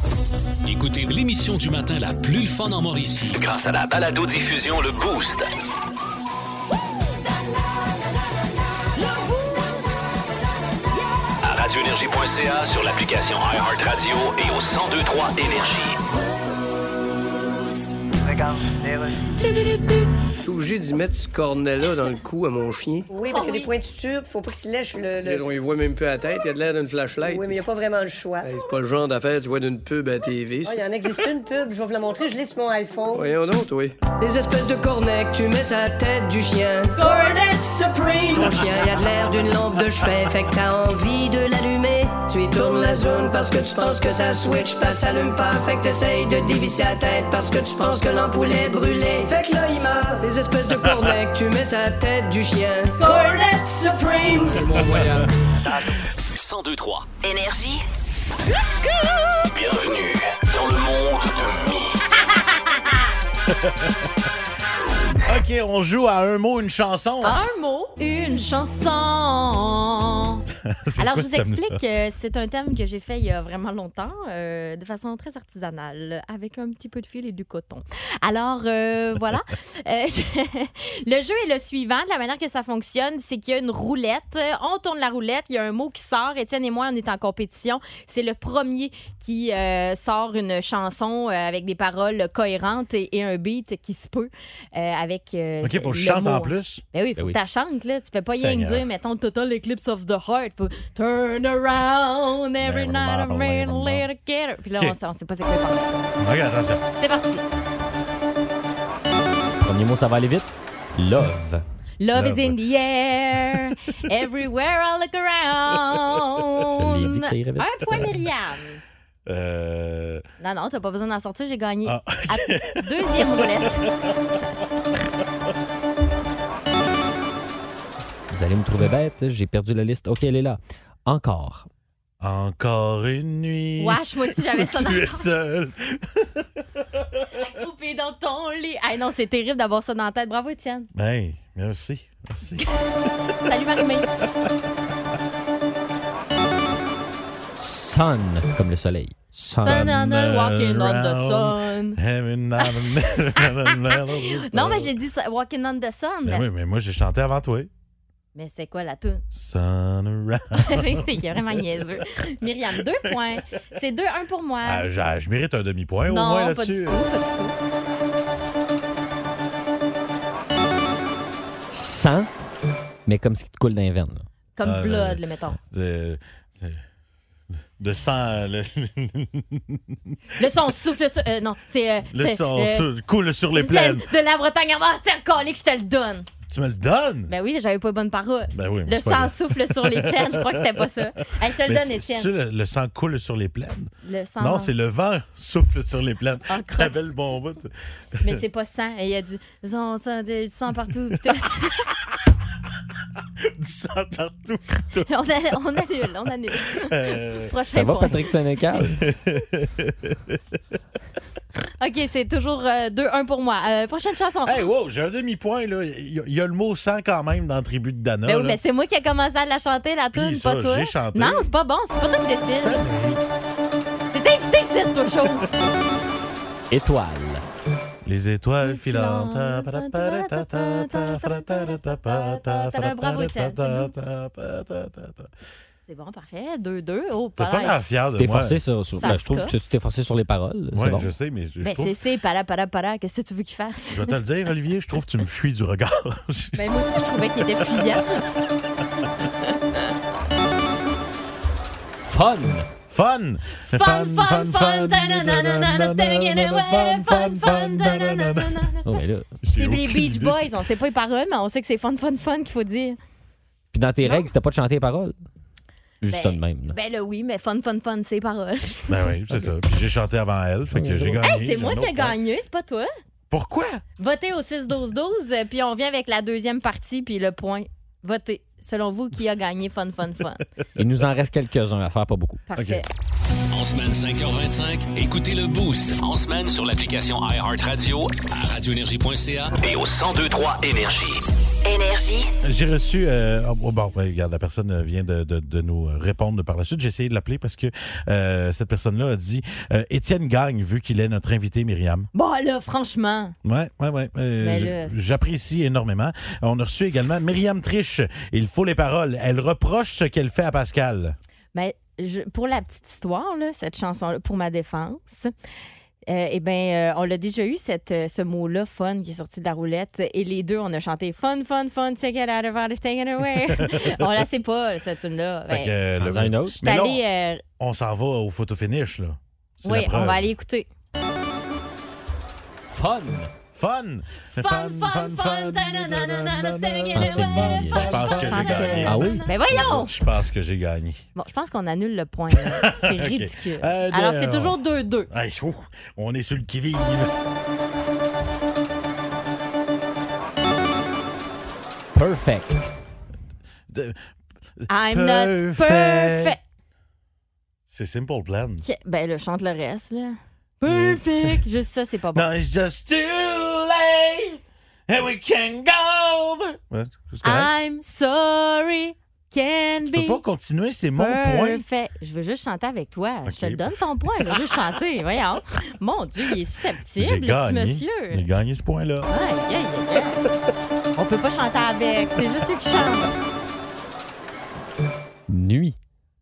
Écoutez l'émission du matin la plus fun en Mauricie grâce à la balado-diffusion Le Boost. À radioénergie.ca, sur l'application iHeartRadio et au 1023 Énergie. Regarde, Je suis obligé d'y mettre ce cornet-là dans le cou à mon chien. Oui, parce que des pointitures, faut pas qu'il se lèche le... On y voit même plus à la tête, il a de l'air d'une flashlight. Oui, mais il n'y a pas vraiment le choix. Hey, c'est pas le genre d'affaire que tu vois d'une pub à la TV. Il y en existe une pub, je vais vous la montrer, je l'ai sur mon iPhone. Voyons donc, oui. Les espèces de cornets que tu mets sur la tête du chien. Cornet Supreme! Ton chien, il a de l'air d'une lampe de chevet, fait que t'as envie de l'allumer. Tu y tournes la zone parce que tu penses que ça switch, pas s'allume pas, fait que t'essayes de dévisser la tête parce que tu penses que l'ampoule est brûlée. Fait que là, il meurt. Les espèces de cornets que tu mets sur la tête du chien. Cornet Supreme! Mon voyage. 1023 Énergie. Bienvenue dans le monde de Mi. OK, on joue à un mot, une chanson. Un mot, une chanson. Alors, je vous explique que c'est un thème que j'ai fait il y a vraiment longtemps, de façon très artisanale, avec un petit peu de fil et du coton. Alors, voilà. Le jeu est le suivant. De la manière que ça fonctionne, c'est qu'il y a une roulette. On tourne la roulette, il y a un mot qui sort. Étienne et moi, on est en compétition. C'est le premier qui sort une chanson avec des paroles cohérentes et un beat qui se peut avec OK, faut que je chante en plus. Ben oui, faut que tu chantes, là. Tu fais pas rien que dire, mettons, Total Eclipse of the Heart. Faut turn around every night I'm ready to get her. Puis là, on sait pas c'est quoi. Regarde, attention. C'est parti. Premier mot, ça va aller vite. Love. Love is in the air. Everywhere I look around. Je l'ai dit que ça irait vite. Un point, Myriam. Non, t'as pas besoin d'en sortir, j'ai gagné. Ah, okay. Deuxième roulette. Vous allez me trouver bête, j'ai perdu la liste. OK, elle est là. Encore. Encore une nuit. Wesh, moi aussi, j'avais ça dans Tu es seul. Accroupé dans ton lit. Ah non, c'est terrible d'avoir ça dans la tête. Bravo, Étienne. Ben, merci. Salut, Marie-Mé. Sun, comme le soleil. Sun. Walking on the sun. Non, mais j'ai dit ça, Walking on the sun. Ben oui, mais moi, j'ai chanté avant toi. Mais c'est quoi la toune? Sun around. C'est vraiment niaiseux. Myriam, 2 points. C'est 2-1 pour moi. Je mérite un demi-point au non, moins pas là-dessus. Non, pas du tout. Sang, mais comme ce qui te coule dans les veines. Là. Comme blood, le mettons. De sang. Le son souffle sur... non, c'est... Le son coule sur les plaines. De la Bretagne. Ah, c'est encore que je te le donne. Tu me le donnes? Ben oui, j'avais pas bonne parole. Ben oui, le sang souffle sur les plaines. Je crois que c'était pas ça. Hey, je te le donne, Étienne. Le sang coule sur les plaines? Le sang... Non, c'est le vent souffle sur les plaines. Ah, très belle bon bout. Mais c'est pas sang. Il y a du sang partout. Du sang partout. On annule. Prochain ça va, point. Patrick Sénécal? OK, c'est toujours 2-1 pour moi. Prochaine chanson. Hey, wow, j'ai un demi-point, là. Il y a le mot sang quand même dans la tribu de Dana. Ben oui, mais c'est moi qui ai commencé à la chanter, la tune, pas toi. J'ai chanté. Non, c'est pas bon, c'est pas toi qui décide. T'es invité ici, toi, chose. Étoile. Les étoiles filantes. Bravo, Étienne. C'est bon, parfait. 2-2. Oh, t'es pas mal fier de moi. Je trouve que tu t'es forcé sur les paroles. Oui, bon. je sais, mais je trouve... c'est para. Qu'est-ce que tu veux qu'il fasse? Je vais te le dire, Olivier, je trouve que tu me fuis du regard. Ben, moi aussi, je trouvais qu'il était fuyant. Fun! C'est les Beach Boys. On sait pas les paroles, mais on sait que c'est fun qu'il faut dire. Puis dans tes règles, c'était pas de chanter les paroles? Juste ça de même. Là. Ben là, oui, mais fun, c'est les paroles. Ben oui, c'est ça. Puis j'ai chanté avant elle, fait que j'ai gagné. Hey, c'est moi qui ai gagné, c'est pas toi. Pourquoi? Votez au 6-12-12, puis on vient avec la deuxième partie, puis le point. Votez. Selon vous, qui a gagné fun? Il nous en reste quelques-uns à faire, pas beaucoup. Parfait. Okay. En semaine 5h25, écoutez le Boost. En semaine sur l'application iHeartRadio, à radioénergie.ca et au 1023 Énergie. Énergie. J'ai reçu... regarde, la personne vient de nous répondre par la suite. J'ai essayé de l'appeler parce que cette personne-là a dit Étienne gagne vu qu'il est notre invité, Myriam. Bon, là, franchement. Ouais. J'apprécie énormément. On a reçu également Myriam triche. Il faut les paroles. Elle reproche ce qu'elle fait à Pascal. Ben, pour la petite histoire, là, cette chanson-là, pour ma défense... on l'a déjà eu, ce mot-là, fun, qui est sorti de la roulette. Et les deux, on a chanté fun, fun, fun, take it out of our, take it away. On la sait pas, cette tune-là. Un autre. Mais là, on s'en va au photo finish, là. Oui, on va aller écouter. Fun! Fun! Fun, fun, fun! C'est bien. Je pense que j'ai gagné. Ah oui? Ben voyons! Je pense que j'ai gagné. Bon, je pense qu'on annule le point. Là. C'est ridicule. Alors, c'est toujours 2-2. Hey, on est sur le qui-vive. Perfect. I'm not perfect. C'est Simple Plan. Ben là, chante le reste, là. Perfect! Juste ça, c'est pas bon. No, it's just too late and we can go. Ouais, c'est correct. I'm sorry, can Tu be. peux pas continuer, c'est mon point. Perfect. Je veux juste chanter avec toi. Ok. Je te donne ton point. Je veux juste chanter. Voyons. Mon Dieu, il est susceptible, J'ai le petit gagné. monsieur. J'ai gagné ce point-là. Aïe, aïe, aïe, aïe. On peut pas chanter avec. C'est juste ceux qui chantent. Nuit.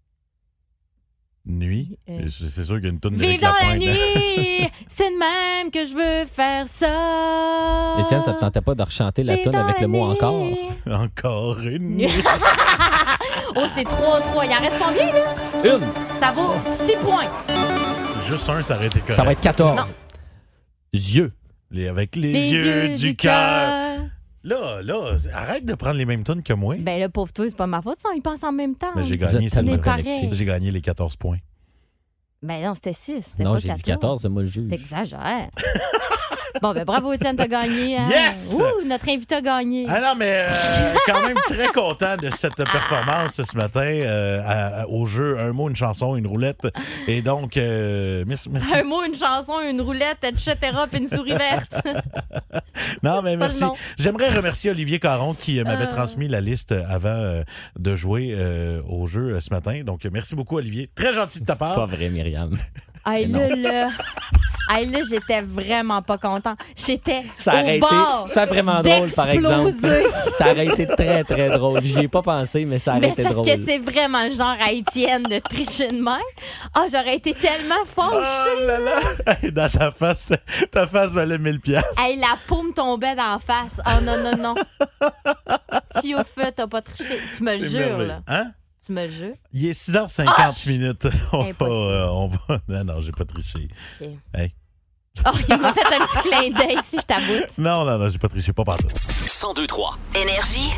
Nuit. C'est sûr qu'il y a une toune de Vive Rick dans la Lapointe. nuit, c'est de même que je veux faire ça. Étienne, ça te tentait pas de rechanter la Vive toune dans avec la le mot nuit. encore? Encore une nuit. Oh, c'est 3-3. Il en reste combien, là? Une. Ça vaut 6 points. Juste un, ça aurait été correct. Ça va être 14. Non. Yeux. Avec les yeux du cœur. Là, arrête de prendre les mêmes tonnes que moi. Ben là, pauvre toi, c'est pas ma faute, ça. Ils pensent en même temps. Mais j'ai Vous gagné, êtes tellement C'est pareil. connectés. j'ai gagné les 14 points. Ben non, c'était 6. C'était Non, pas j'ai dit 14, c'est moi le juge. T'exagères. Bon, ben bravo, Étienne, t'as gagné. Hein? Yes! Ouh, notre invité a gagné. Ah non, mais quand même très content de cette performance ce matin au jeu Un mot, une chanson, une roulette. Et donc, merci. Un mot, une chanson, une roulette, etc., puis une souris verte. Non, mais Ça, merci. le nom. J'aimerais remercier Olivier Caron qui m'avait transmis la liste avant de jouer au jeu ce matin. Donc, merci beaucoup, Olivier. Très gentil de ta C'est pas part. vrai, Myriam. Hey, non. là, j'étais vraiment pas content. J'étais Ça aurait au été bord ça vraiment drôle, par exemple. d'exploser. Ça aurait été très, très drôle. J'y ai pas pensé, mais ça aurait Mais été c'est parce drôle. que c'est vraiment le genre à Étienne de tricher de même. Ah, j'aurais été tellement fâchée. Oh là là! Hey, dans ta face valait 1000 piastres. Hey, la paume tombait d'en face. Oh non, non, non. Fille au feu, t'as pas triché. Tu me C'est jures, merveilleux. là. Hein? Tu me jures. Il est 6h50 minutes. Impossible. On va... Non, j'ai pas triché. OK. Hey. Oh, il m'a fait un petit clin d'œil si je t'aboute. Non, j'ai pas triché, pas partout. 102-3. Énergie.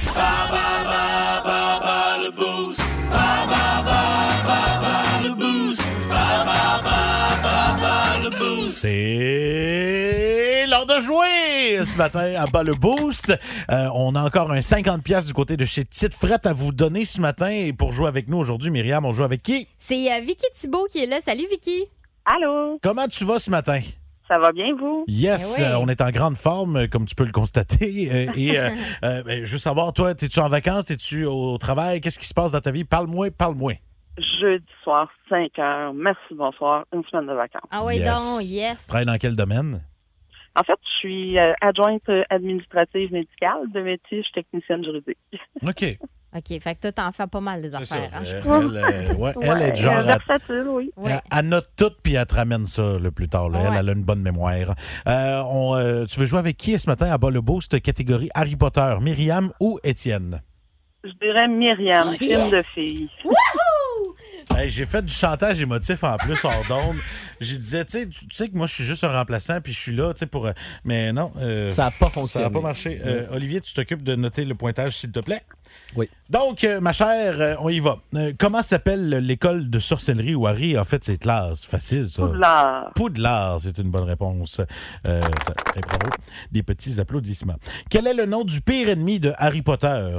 C'est l'heure de jouer ce matin à bas le boost. On a encore un 50$ du côté de chez Tite Frette à vous donner ce matin. Et pour jouer avec nous aujourd'hui, Myriam, on joue avec qui? C'est Vicky Thibault qui est là. Salut, Vicky. Allô, Comment tu vas ce matin? ça va bien, vous? Yes, Eh oui. on est en grande forme, comme tu peux le constater. Je veux savoir, toi, es-tu en vacances? Es-tu au travail? Qu'est-ce qui se passe dans ta vie? Parle-moi. Jeudi soir, 5 heures. Merci, bonsoir. Une semaine de vacances. Ah oui, Yes. donc, yes. Travaille dans quel domaine? En fait, je suis adjointe administrative médicale. De métier, je suis technicienne juridique. OK. OK, fait que toi, t'en fais pas mal des C'est ça. affaires. Hein, je Elle est du genre... versatile, oui. Ouais. Elle note tout, puis elle te ramène ça le plus tard. Là. Ouais. Elle a une bonne mémoire. Tu veux jouer avec qui ce matin à bas le boost, catégorie Harry Potter? Myriam ou Étienne? Je dirais Myriam, Oh, film yes. de fille. Hey, j'ai fait du chantage émotif en plus hors d'onde. Je disais, tu sais que moi, je suis juste un remplaçant, puis je suis là, tu sais, pour... mais non. Ça n'a pas Ça fonctionné. n'a pas marché. Olivier, tu t'occupes de noter le pointage, s'il te plaît? Oui. Donc, ma chère, on y va. Comment s'appelle l'école de sorcellerie où Harry a fait ses classes? Facile, ça. Poudlard. Poudlard, c'est une bonne réponse. Bravo. Des petits applaudissements. Quel est le nom du pire ennemi de Harry Potter?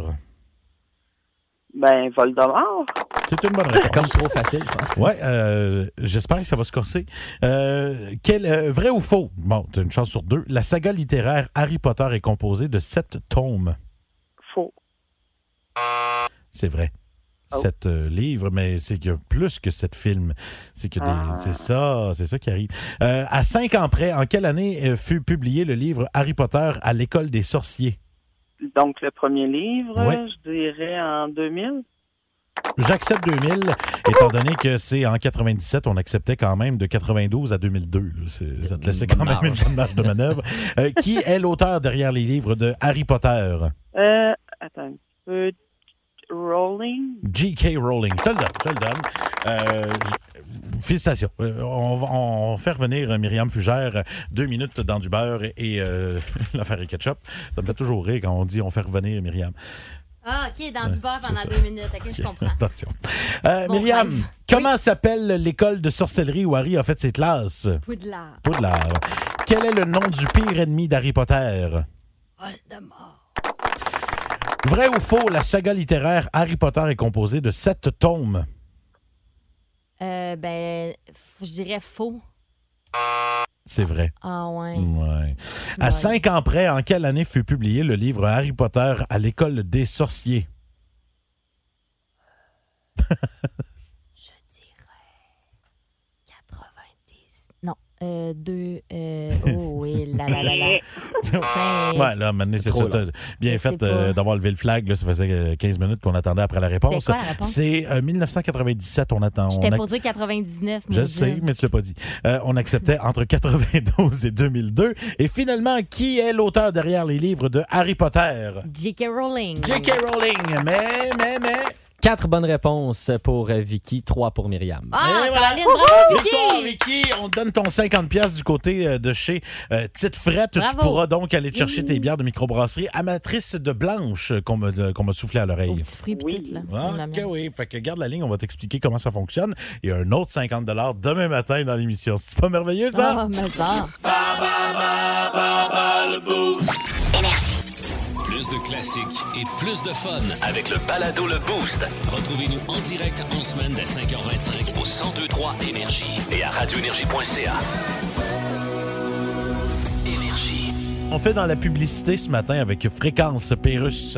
Ben, Voldemort. C'est une bonne Comme réponse. trop facile, je pense. Ouais, j'espère que ça va se corser. Vrai ou faux? Bon, t'as une chance sur deux. La saga littéraire Harry Potter est composée de 7 tomes. faux. C'est vrai. Oh. 7 livres, mais c'est qu'il y a plus que 7 films. C'est que c'est ça qui arrive. À 5 ans près, en quelle année fut publié le livre Harry Potter à l'école des sorciers? Donc, le premier livre, Ouais. je dirais en 2000. J'accepte 2000, étant donné que c'est en 97, on acceptait quand même de 92 à 2002. Là. Ça te laissait quand même une bonne marge de manœuvre. Qui est l'auteur derrière les livres de Harry Potter? Attends un peu. Rowling. J.K. Rowling. Je te le donne. Félicitations. On fait revenir Myriam Fugère 2 minutes dans du beurre et l'affaire et ketchup. Ça me fait toujours rire quand on dit on fait revenir Myriam. Ah, OK, dans du beurre pendant c'est 2 minutes. OK, je comprends. Attention. Bon Myriam, rêve. comment s'appelle l'école de sorcellerie où Harry a fait ses classes? Poudlard. Poudlard. Quel est le nom du pire ennemi d'Harry Potter? Voldemort. Vrai ou faux, la saga littéraire Harry Potter est composée de 7 tomes? Je dirais faux. C'est vrai. Ah, ouais. Ouais. À Ouais. 5 ans près, en quelle année fut publié le livre Harry Potter à l'école des sorciers? Je dirais 90. Non, 2. Oh oui, là. Ouais, là, maintenant, c'est trop ça. T'as bien Je fait sais pas. d'avoir levé le flag. Là, ça faisait 15 minutes qu'on attendait après la réponse. C'est quoi la réponse? C'est 1997, on attend. J'étais pour dire 99. Je le sais, mais tu l'as pas dit. On acceptait entre 92 et 2002. Et finalement, qui est l'auteur derrière les livres de Harry Potter? J.K. Rowling. J.K. Rowling. Mais... 4 bonnes réponses pour Vicky, 3 pour Myriam. Ah, Et voilà. Caroline, bravo, Victoire, Vicky! Vicky, on te donne ton 50$ du côté de chez Tite Frette. Tu Bravo. pourras donc aller te chercher tes bières de microbrasserie amatrice de blanche qu'on m'a soufflé à Au l'oreille. petit fruit pis tout, là. Ah, Comme la OK, mienne. oui. Fait que garde la ligne, on va t'expliquer comment ça fonctionne. Il y a un autre 50$ demain matin dans l'émission. C'est pas merveilleux, ça? Ah, mais ça. Plus de classiques et plus de fun avec le balado Le Boost. Retrouvez-nous en direct en semaine dès 5h25 au 1023 Énergie et à radioénergie.ca. Énergie. On fait dans la publicité ce matin avec Fréquence Pérusse.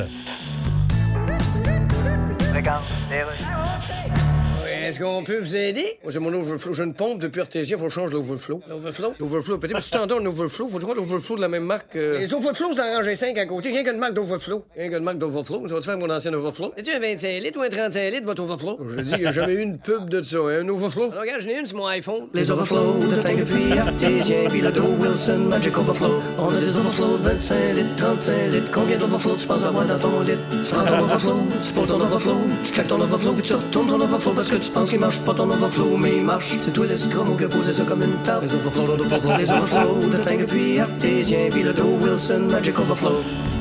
Est-ce qu'on peut vous aider? Moi, c'est mon overflow. J'ai une pompe depuis Artesia, il faut que je change l'overflow. L'overflow, peut-être que tu t'endors un overflow. Faut-tu voir l'overflow de la même marque? Les overflows, c'est dans rangée 5 à côté. Rien qu'une marque d'overflow. Ça va te faire mon ancien overflow? Es-tu un 25 litres ou un 35 litres, votre overflow? Je dis, il n'y a jamais eu une pub de ça, hein, un overflow. Alors, regarde, j'en ai une sur mon iPhone. Les overflows de tank depuis Artésien, puis le dos Wilson Magic Overflow. On a des overflows de 25 litres, 35 litres. Combien d'overflows tu penses avoir dans ton lit? Tu prends ton overflow, tu poses ton overflow, tu checkes ton overflow, puis tu retournes ton overflow parce que tu penses qu'il marche pas ton overflow, mais il marche. C'est toi l'escroc qui a posé ça comme une tarte. Les overflows de tank depuis Artésien, puis le dos Wilson Magic Overflow.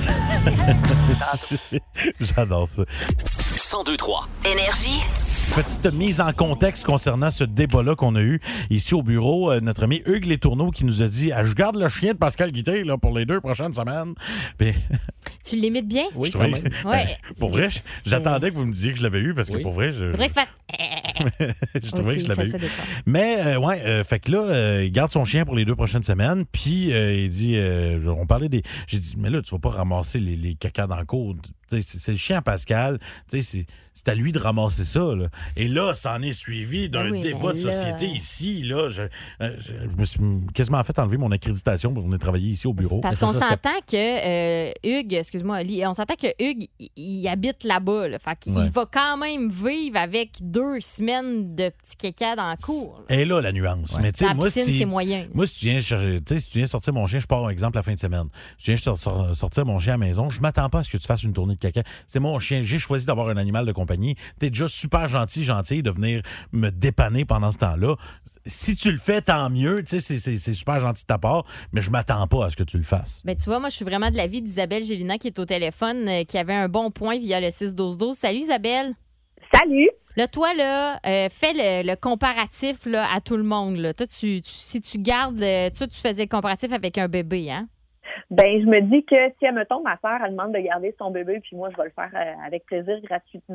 J'adore ça. 1023 Énergie. Petite mise en contexte concernant ce débat-là qu'on a eu ici au bureau. Notre ami Hugues Létourneau qui nous a dit je garde le chien de Pascal Guité là, pour les 2 prochaines semaines. Puis, Tu l'imites bien? Oui, je quand trouvais- même. Ouais. pour vrai, j'attendais que vous me disiez que je l'avais eu parce que Oui. pour vrai, je Faudrait que tu fasses. je trouvais que je l'avais eu. Ça des fois. Mais, fait que là, il garde son chien pour les 2 prochaines semaines. Puis, il dit, on parlait des. J'ai dit, mais là, tu vas pas ramasser les cacas dans le cours. Tu sais, c'est le chien à Pascal. Tu sais, c'est à lui de ramasser ça. Là. Et là, ça en est suivi d'un Ben oui, débat ben de là. société ici. Là, je me suis quasiment fait enlever mon accréditation pour venir travailler ici au bureau. Parce Mais qu'on ça, c'était- s'entend que Hugues, excuse-moi, Ali, on s'entend que Hugues, il habite là-bas. Là. Fait qu'il Ouais. va quand même vivre avec 2 semaines de petits caca dans la cour. là. Et là, la nuance. Ouais. Mais tu sais, La moi, piscine, si. c'est moyen. Moi, si tu viens sortir mon chien, je pars, par exemple, la fin de semaine. Si tu viens sortir mon chien à la maison, je m'attends pas à ce que tu fasses une tournée de caca. C'est mon chien. J'ai choisi d'avoir un animal de compagnie. T'es déjà super gentille de venir me dépanner pendant ce temps-là. Si tu le fais, tant mieux. Tu sais, c'est super gentil de ta part, mais je m'attends pas à ce que tu le fasses. Ben, tu vois, moi, je suis vraiment de l'avis d'Isabelle Gélina qui est au téléphone, qui avait un bon point via le 6-12-12. Salut, Isabelle. Salut! Là, toi, là, fais le comparatif là, à tout le monde. Là. Toi, si tu gardes... toi, tu faisais le comparatif avec un bébé, hein? Ben, je me dis que si, admettons, ma sœur, elle demande de garder son bébé, puis moi, je vais le faire avec plaisir gratuitement.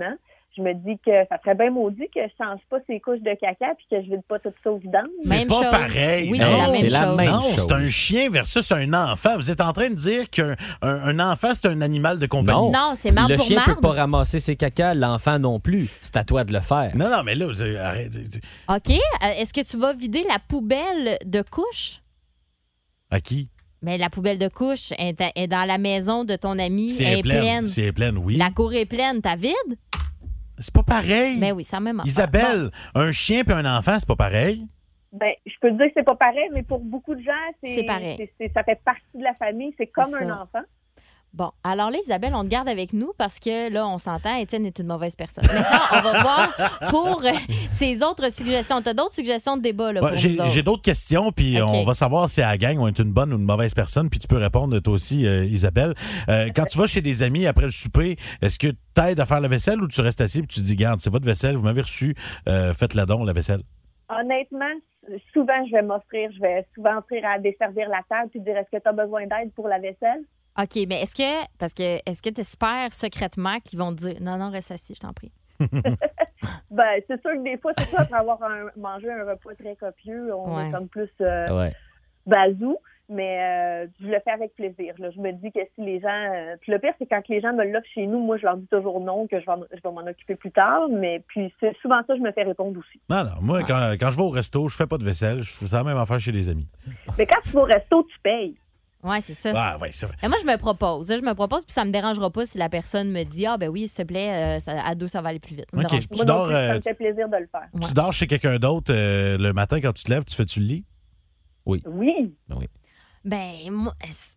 je me dis que ça serait bien maudit que je change pas ces couches de caca puis que je vide pas tout ça au vidange. C'est pas pareil. Oui, non, c'est la même chose. Non, c'est un chien versus un enfant. Vous êtes en train de dire qu'un enfant, c'est un animal de compagnie. Non, c'est marde Le pour chien marde. peut pas ramasser ses caca, l'enfant non plus. C'est à toi de le faire. Non, mais là, arrête. OK. Est-ce que tu vas vider la poubelle de couche? À qui? Mais la poubelle de couche est dans la maison de ton ami. Si elle est pleine. Si elle est pleine, oui. La cour est pleine. T'as vide? C'est pas pareil. Mais oui, c'est la même affaire. Isabelle, un chien puis un enfant, c'est pas pareil. Ben, je peux te dire que c'est pas pareil, mais pour beaucoup de gens, C'est pareil. Ça fait partie de la famille. C'est comme un enfant. Bon, alors là, Isabelle, on te garde avec nous parce que là, on s'entend, Étienne est une mauvaise personne. Maintenant, on va voir pour ces autres suggestions. Tu as d'autres suggestions de débat là, pour nous autres? J'ai d'autres questions, puis on va savoir si à la gang on est une bonne ou une mauvaise personne, puis tu peux répondre toi aussi, Isabelle. Quand tu vas chez des amis après le souper, est-ce que tu t'aides à faire la vaisselle ou tu restes assis et tu dis, garde, c'est votre vaisselle, vous m'avez reçu, faites-la donc, la vaisselle? Honnêtement, souvent, je vais souvent offrir à desservir la table puis dire, est-ce que tu as besoin d'aide pour la vaisselle? OK, mais est-ce que tu espères secrètement qu'ils vont te dire non, reste assis, je t'en prie? Ben, c'est sûr que des fois, c'est ça, après avoir mangé un repas très copieux, on est comme plus bazou, mais je le fais avec plaisir. Là. Je me dis que si les gens... puis le pire, c'est quand les gens me l'offrent chez nous, moi, je leur dis toujours non, que je vais m'en occuper plus tard, mais puis c'est souvent ça, je me fais répondre aussi. Non, moi, quand je vais au resto, je fais pas de vaisselle, je fais ça la même affaire chez des amis. Mais quand tu vas au resto, tu payes. Oui, c'est ça. Ah, oui, c'est vrai. Et moi, je me propose, puis ça me dérangera pas si la personne me dit ben oui, s'il te plaît, à deux, ça va aller plus vite. OK, ça me fait plaisir de le faire. Tu dors chez quelqu'un d'autre le matin quand tu te lèves, tu fais-tu le lit? Oui. Oui. Ben, moi...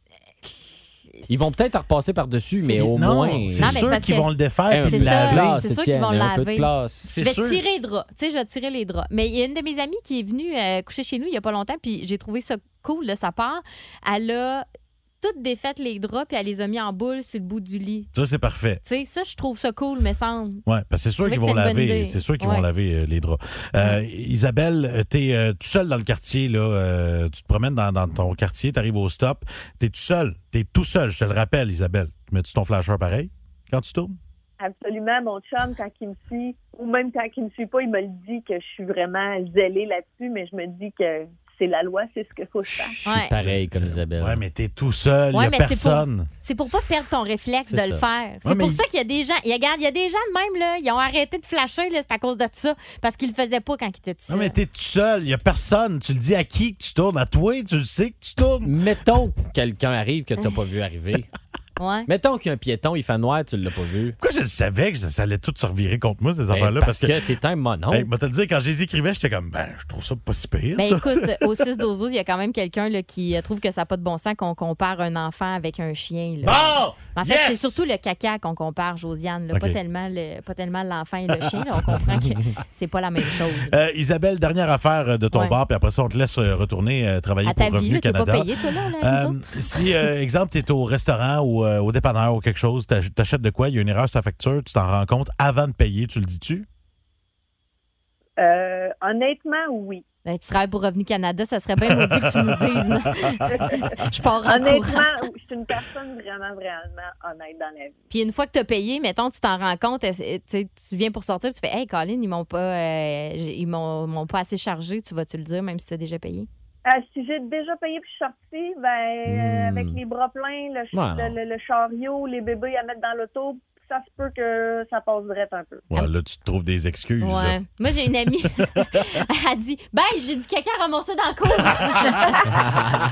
Ils vont peut-être repasser par-dessus, mais au moins... C'est sûr qu'ils vont le défaire et le laver. C'est sûr qu'ils vont le laver. Je vais tirer les draps. Tu sais, je vais tirer les draps. Mais il y a une de mes amies qui est venue coucher chez nous il n'y a pas longtemps, puis j'ai trouvé ça cool de sa part. Elle a toutes défaites les draps, puis elle les a mis en boule sur le bout du lit. Ça, c'est parfait. Tu sais, ça, je trouve ça cool, me semble. Oui, parce que c'est sûr qu'ils vont laver. C'est sûr qu'ils vont laver les draps. Isabelle, t'es tout seul dans le quartier, là. Tu te promènes dans ton quartier, t'arrives au stop. T'es tout seul. T'es tout seul, je te le rappelle, Isabelle. Mets-tu ton flasheur pareil quand tu tournes? Absolument. Mon chum, quand il me suit, ou même quand il me suit pas, il me le dit que je suis vraiment zélée là-dessus, mais je me dis que c'est la loi, c'est ce qu'il faut que je fasse. Ouais. Pareil comme Isabelle. Ouais, mais t'es tout seul, il n'y a personne. C'est pour pas perdre ton réflexe de le faire. C'est pour ça qu'il y a des gens, il y a des gens de même, là, ils ont arrêté de flasher, là, c'est à cause de ça, parce qu'ils le faisaient pas quand ils étaient tout seuls. Non, mais t'es tout seul, il n'y a personne. Tu le dis à qui que tu tournes? À toi, tu le sais que tu tournes. Mettons que quelqu'un arrive que t'as pas vu arriver. Ouais. Mettons qu'il y a un piéton, il fait noir, tu l'as pas vu. Pourquoi je le savais que ça allait tout se revirer contre moi, ces affaires-là? Parce que t'es un monon. Moi, te le dire, quand je les écrivais, j'étais comme, je trouve ça pas si pire. Ben ça. écoute, au 6-12-12, il y a quand même quelqu'un là, qui trouve que ça n'a pas de bon sens qu'on compare un enfant avec un chien. Là. Bon! En fait, c'est surtout le caca qu'on compare, Josiane. Là. Okay. Pas tellement l'enfant et le chien. Là. On comprend que c'est pas la même chose. Isabelle, dernière affaire de ton bar, puis après ça, on te laisse retourner travailler à ta pour Revenu vie, Canada. T'as pas payé, toi, là, si, exemple, tu es au restaurant ou au dépanneur ou quelque chose, t'achètes de quoi, il y a une erreur sur ta facture, tu t'en rends compte avant de payer, tu le dis-tu? Honnêtement, oui. Ben, tu travailles pour Revenu Canada, ça serait bien maudit que tu nous dises. Là. Je pars en Honnêtement, courant. je suis une personne vraiment honnête dans la vie. Puis une fois que tu as payé, mettons, tu t'en rends compte, tu viens pour sortir, tu fais « Hey, Colin, ils m'ont pas assez chargé. » Tu vas-tu le dire, même si tu as déjà payé? Si j'ai déjà payé puis je suis sortie, avec les bras pleins, le chariot, les bébés à mettre dans l'auto, ça se peut que ça passe direct un peu. Ouais, là, tu te trouves des excuses. Ouais. Là. Moi, j'ai une amie, elle a dit « Ben, j'ai du caca ramassé dans le cours. »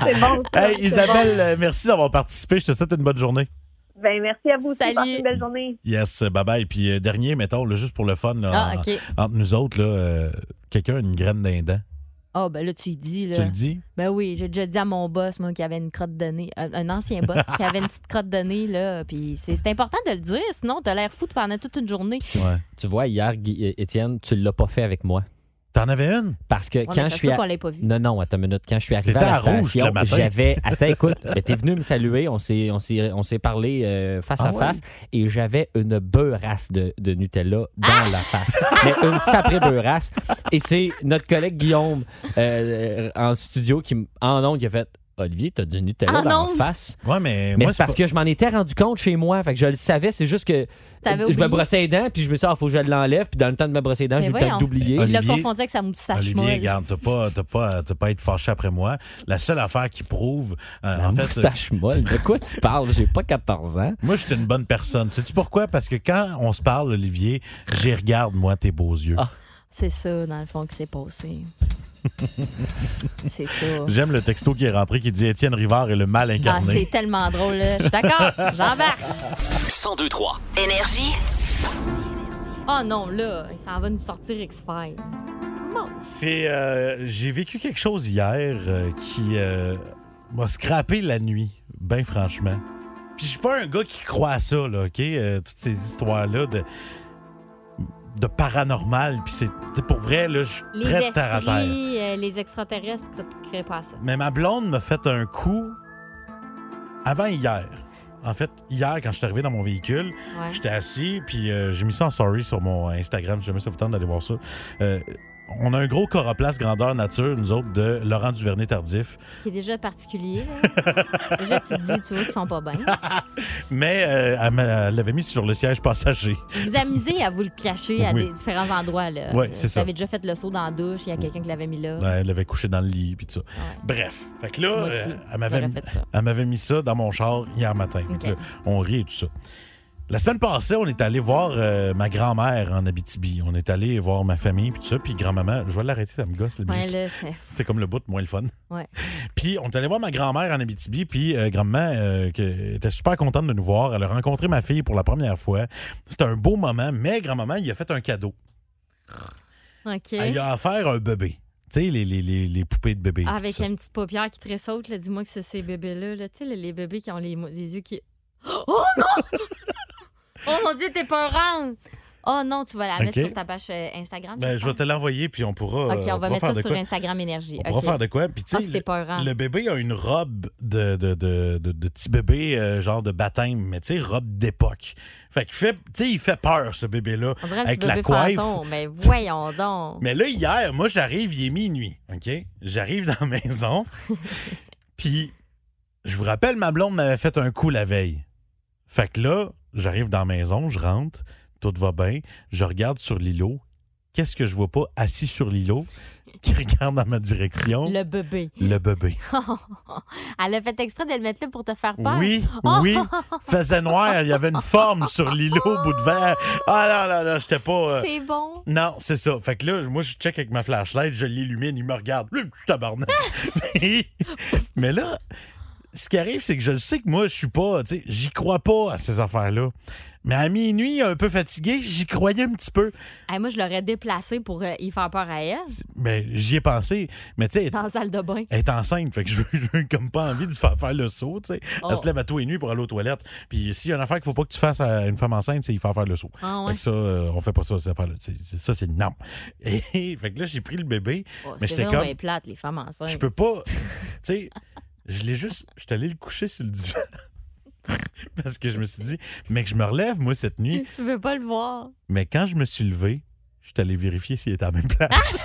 C'est bon. Hey, Isabelle, merci d'avoir participé. Je te souhaite une bonne journée. Ben merci à vous aussi. Salut. Passez une belle journée. Yes, bye-bye. Puis dernier, mettons, là, juste pour le fun, là, OK. entre nous autres, là, quelqu'un a une graine d'indent. Ah, ben là, tu y dis. Là. Tu le dis? Ben oui, j'ai déjà dit à mon boss, moi, qui avait une crotte de nez, un ancien boss, qui avait une petite crotte de nez, là. Puis c'est important de le dire, sinon, t'as l'air fou pendant toute une journée. Ouais. Tu vois, hier, Étienne, tu l'as pas fait avec moi. T'en avais une? Parce que quand je suis. qu'on l'ait pas vu. Non, attends une minute. Quand je suis arrivé T'étais à la rouge, station, le matin. j'avais. Attends, écoute, t'es venu me saluer, on s'est parlé face à face, et j'avais une beurrasse de Nutella dans la face. Mais une sacrée beurrasse. Et c'est notre collègue Guillaume en studio en ondes qui a fait. Olivier, t'as du Nutella dans la face. Ouais, mais moi, moi, c'est parce que je m'en étais rendu compte chez moi. Fait que je le savais. C'est juste que je me brossais les dents, puis je me suis dit, faut que je l'enlève. Puis dans le temps de me brosser les dents, j'ai eu le temps d'oublier. Il l'a confondu avec sa moustache molle. Olivier, regarde, t'as pas à être fâché après moi. La seule affaire qui prouve... moustache molle? De quoi tu parles? J'ai pas 14 ans. Moi, j'étais une bonne personne. Sais-tu pourquoi? Parce que quand on se parle, Olivier, j'y regarde, moi, tes beaux yeux. Ah. C'est ça, dans le fond, que c'est passé. C'est ça. J'aime le texto qui est rentré qui dit Étienne Rivard est le mal incarné. C'est tellement drôle, là. Je suis d'accord. J'embarque. 102.3 Énergie. Oh non, là, ça va nous sortir X-Files. Bon. J'ai vécu quelque chose hier qui m'a scrappé la nuit, bien franchement. Puis je suis pas un gars qui croit à ça, là, OK? Toutes ces histoires-là de paranormal, puis c'est pour vrai, là, je suis très terre à terre. Les extraterrestres, tu ne crées pas à ça. Mais ma blonde m'a fait un coup avant hier. En fait, hier, quand je suis arrivé dans mon véhicule, j'étais assis, puis j'ai mis ça en story sur mon Instagram, si jamais ça vous tente d'aller voir ça. On a un gros coroplace grandeur nature, nous autres, de Laurent Duvernay-Tardif. Qui est déjà particulier. Déjà, tu te dis, tu vois qu'ils sont pas bien. Mais elle l'avait mis sur le siège passager. Vous vous amusez à vous le cacher à des différents endroits. Oui, c'est ça. Vous avez déjà fait le saut dans la douche, il y a quelqu'un qui l'avait mis là. Ouais, elle l'avait couché dans le lit, puis tout ça. Ouais. Bref. Fait que là, elle m'avait mis ça dans mon char hier matin. Okay. Là, on rit et tout ça. La semaine passée, on est allé voir ma grand-mère en Abitibi. On est allé voir ma famille, puis tout ça. Puis grand-maman, je vais l'arrêter, ça me gosse. C'était comme le bout, moins le fun. Ouais. Puis on est allé voir ma grand-mère en Abitibi, puis grand-maman était super contente de nous voir. Elle a rencontré ma fille pour la première fois. C'était un beau moment, mais grand-maman, il a fait un cadeau. OK. Elle a offert un bébé. Tu sais, les poupées de bébé. Avec une petite paupière qui tressaute, là, dis-moi que c'est ces bébés-là. Là. Tu sais, les bébés qui ont les yeux qui... Oh non! Oh mon Dieu, t'es peurante! Oh non, tu vas la mettre sur ta page Instagram? Je vais te l'envoyer, puis on pourra. OK, on va mettre ça sur Instagram Énergie. On pourra faire de quoi? Puis, tu sais, le bébé a une robe de petit bébé, genre de baptême, mais tu sais, robe d'époque. Fait qu'il fait peur, ce bébé-là. On dirait un avec petit la bébé coiffe. Fantôme, mais voyons donc. Mais là, hier, moi, j'arrive, il est minuit. OK? J'arrive dans la maison, puis je vous rappelle, ma blonde m'avait fait un coup la veille. Fait que là, j'arrive dans la maison, je rentre, tout va bien, je regarde sur l'îlot. Qu'est-ce que je vois pas assis sur l'îlot qui regarde dans ma direction? Le bébé. Le bébé. Elle a fait exprès de le mettre là pour te faire peur? Oui, oui. Faisait noir, il y avait une forme sur l'îlot au bout de verre. Ah non, j'étais pas... C'est bon. Non, c'est ça. Fait que là, moi, je check avec ma flashlight, je l'illumine, il me regarde. Le petit tabarnak. Mais là... Ce qui arrive, c'est que je le sais que moi, je suis pas... Tu sais, j'y crois pas à ces affaires-là. Mais à minuit, un peu fatigué, j'y croyais un petit peu. Hey, moi, je l'aurais déplacé pour y faire peur à elle. Mais j'y ai pensé. Mais tu sais... Dans la salle de bain. Elle est enceinte, fait que je veux comme pas envie de faire le saut, tu sais. Oh. Elle se lève à tous les nuits pour aller aux toilettes. Puis s'il y a une affaire qu'il faut pas que tu fasses à une femme enceinte, c'est y faire le saut. Ah, ouais. Fait que ça, on fait pas ça, cette affaire-là. Ça, c'est non. Et fait que là, j'ai pris le bébé. Oh, mais j'étais comme... C'est plate, les femmes enceintes. Je peux pas... Tu sais... Je suis allé le coucher sur le divan. Parce que je me suis dit, mais que je me relève, moi, cette nuit. Tu veux pas le voir. Mais quand je me suis levé, je suis allé vérifier s'il était à la même place.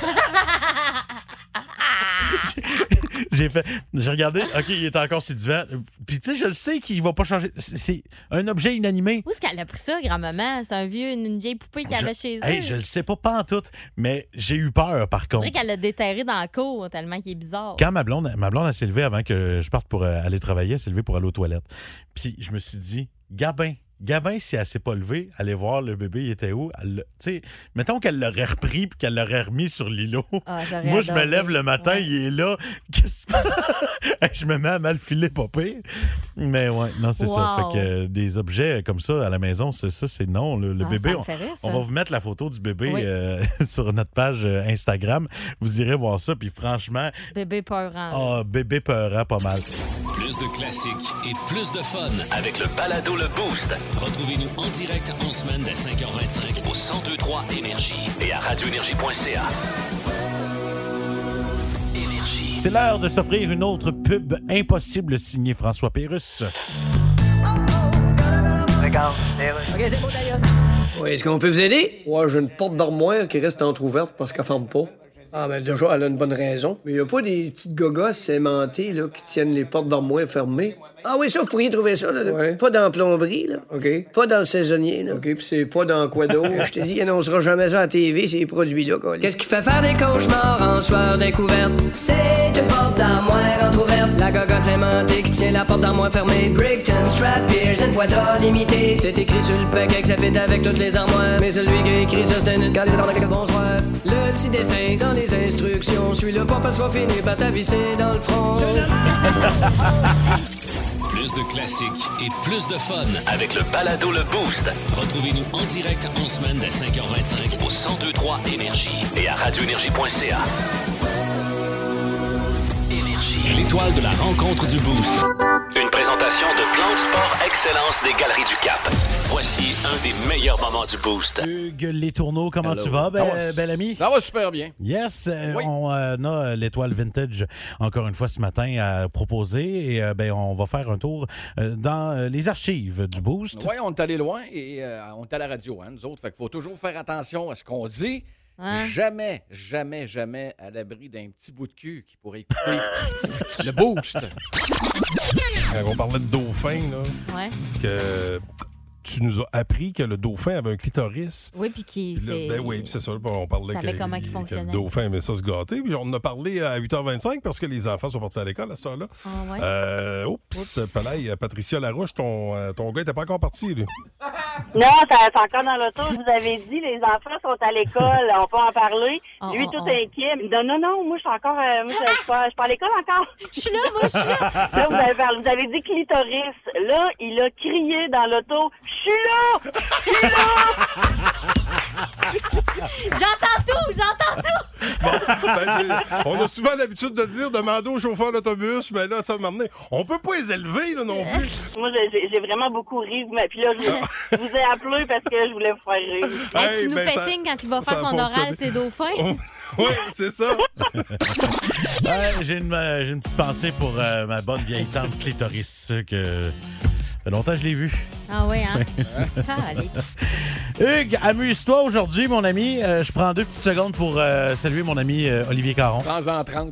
J'ai regardé, OK, il est encore sur le divan. Puis, tu sais, je le sais qu'il va pas changer. C'est un objet inanimé. Où est-ce qu'elle a pris ça, grand-maman? C'est une vieille poupée qu'elle avait chez elle. Je le sais pas pantoute, mais j'ai eu peur, par contre. C'est vrai qu'elle l'a déterré dans la cour, tellement qu'il est bizarre. Quand ma blonde elle s'est levée avant que je parte pour aller travailler, elle s'est levée pour aller aux toilettes. Puis, je me suis dit, Gabin, si elle s'est pas levée, aller voir le bébé, il était où? Tu sais, mettons qu'elle l'aurait repris puis qu'elle l'aurait remis sur l'îlot. Moi, je me lève le matin, il est là. Qu'est-ce que je me mets à mal filer, pas pire. Mais ouais, non, c'est ça. Fait que des objets comme ça à la maison, c'est non. Le bébé, on va vous mettre la photo du bébé sur notre page Instagram. Vous irez voir ça, puis franchement... Bébé peurant. Ah, bébé peurant, pas mal. Plus de classiques et plus de fun avec le balado Le Boost. Retrouvez-nous en direct en semaine dès 5h25 au 102.3 Énergie et à radioénergie.ca. Énergie. C'est l'heure de s'offrir une autre pub impossible signée François Pérusse. Regarde, OK, c'est bon, d'ailleurs. Oui, est-ce qu'on peut vous aider? Ouais, j'ai une porte d'armoire qui reste entrouverte parce qu'elle ferme pas. Ah, ben déjà, elle a une bonne raison. Mais il n'y a pas des petites gogosses aimantées là, qui tiennent les portes d'armoire fermées. Ah oui, ça, vous pourriez trouver ça, là. Ouais. Pas dans la plomberie, là. OK. Pas dans le saisonnier, là. OK, puis c'est pas dans quoi d'autre? Je te dis, il annoncera jamais ça à la TV, ces produits-là, quoi. Qu'est-ce qui fait faire des cauchemars en soir découverte? C'est une porte d'armoire entrouverte. La gogosse aimantée qui tient la porte d'armoire fermée. Brickton, Strap, Pierce, une poitrine limitée. C'est écrit sur le paquet que ça fait avec toutes les armoires. Mais celui qui a écrit ça, c'est une calice dans la bonsoir. Le petit dessin dans les instructions. Suis-le pas parce qu'on finit par t'avisser dans le front. Plus de classiques et plus de fun avec le balado Le Boost. Retrouvez-nous en direct en semaine dès 5h25 au 1023 Énergie et à radioénergie.ca. Énergie. L'étoile de la rencontre du Boost. Une présentation de Plan de Sport Excellence des Galeries du Cap. Voici un des meilleurs moments du Boost. Hugues Les Tourneaux, comment tu vas, bel ami? Ça va super bien. Yes, oui. On a l'étoile vintage encore une fois ce matin à proposer et on va faire un tour dans les archives du Boost. Oui, on est allé loin et on est à la radio, nous autres. Fait qu'il faut toujours faire attention à ce qu'on dit. Hein? Jamais, jamais, jamais à l'abri d'un petit bout de cul qui pourrait écouter le Boost. On parlait de dauphin, là. Ouais. Que tu nous as appris que le dauphin avait un clitoris. Oui, puis qui oui, c'est ça. On parlait comment il fonctionnait. Que le dauphin aimait ça se gâter. Puis on en a parlé à 8h25 parce que les enfants sont partis à l'école à cette heure-là. Ah, ouais. Palais, Patricia Larouche, ton gars n'était pas encore parti, lui. Non, c'est encore dans l'auto. Je vous avais dit, les enfants sont à l'école. On peut en parler. Lui, tout inquiet. Il me dit non, moi, je suis encore. Je suis pas à l'école encore. Je suis là, moi, je suis là. Là, vous avez dit clitoris. Là, il a crié dans l'auto. Je suis là! J'entends tout! On a souvent l'habitude de dire demander au chauffeur d'autobus, mais là, ça m'a amené. On peut pas les élever, là, non plus. Moi, j'ai vraiment beaucoup ri. Puis là, je vous ai appelé parce que je voulais vous faire rire. Hey, tu nous fais signe quand il va faire son oral, c'est dauphin. Oui, c'est ça. J'ai une petite pensée pour ma bonne vieille tante clitoris que... Ça fait longtemps que je l'ai vu. Ah oui, hein? Allez. Hugues, amuse-toi aujourd'hui, mon ami. Je prends 2 petites secondes pour saluer mon ami Olivier Caron. 30.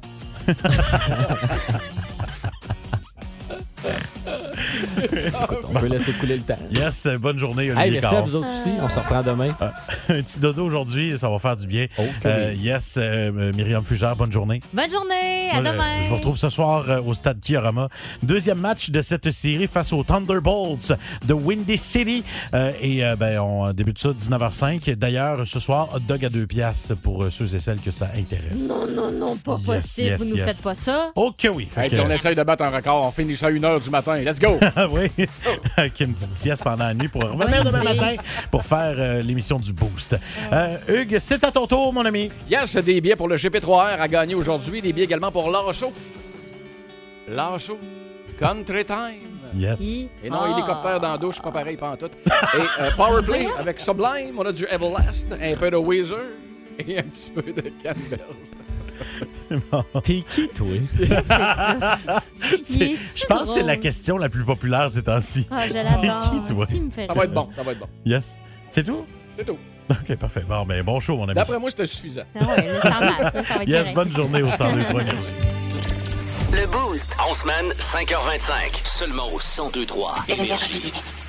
On peut laisser couler le temps. Yes, bonne journée, Olivier Caron. Merci à vous autres aussi. On se reprend demain. Un petit dodo aujourd'hui, ça va faire du bien. Yes, Myriam Fugère, bonne journée. Bonne journée, à demain. Je vous retrouve ce soir au stade Kiorama. Deuxième match de cette série face aux Thunderbolts de Windy City. On débute ça 19h05. D'ailleurs, ce soir, hot dog à 2 piastres pour ceux et celles que ça intéresse. Non, pas possible. Vous nous faites pas ça. OK, oui. On essaye de battre un record. On finit ça à 1h du matin. Let's go! Oui, avec une petite sieste pendant la nuit pour revenir demain matin pour faire l'émission du Boost. Hugues, c'est à ton tour, mon ami. Yes, des billets pour le GP3R à gagner aujourd'hui. Des billets également pour Lasso. Country Time. Yes. Et non, hélicoptère dans la douche, pas pareil, pas en tout. Et Powerplay avec Sublime. On a du Everlast, un peu de Weezer et un petit peu de Campbell. T'es qui, toi? C'est ça. Je pense que c'est la question la plus populaire ces temps-ci. Ah, je l'adore. T'es qui, toi? Ça va être bon. Yes. C'est tout? C'est tout. OK, parfait. Bon show, mon ami. D'après moi, c'était suffisant. Ah ouais, là, c'est en masse. Là, ça va être yes, correct. bonne journée au 1023 Énergie. Le Boost. En semaine, 5h25. Seulement au 1023 Énergie.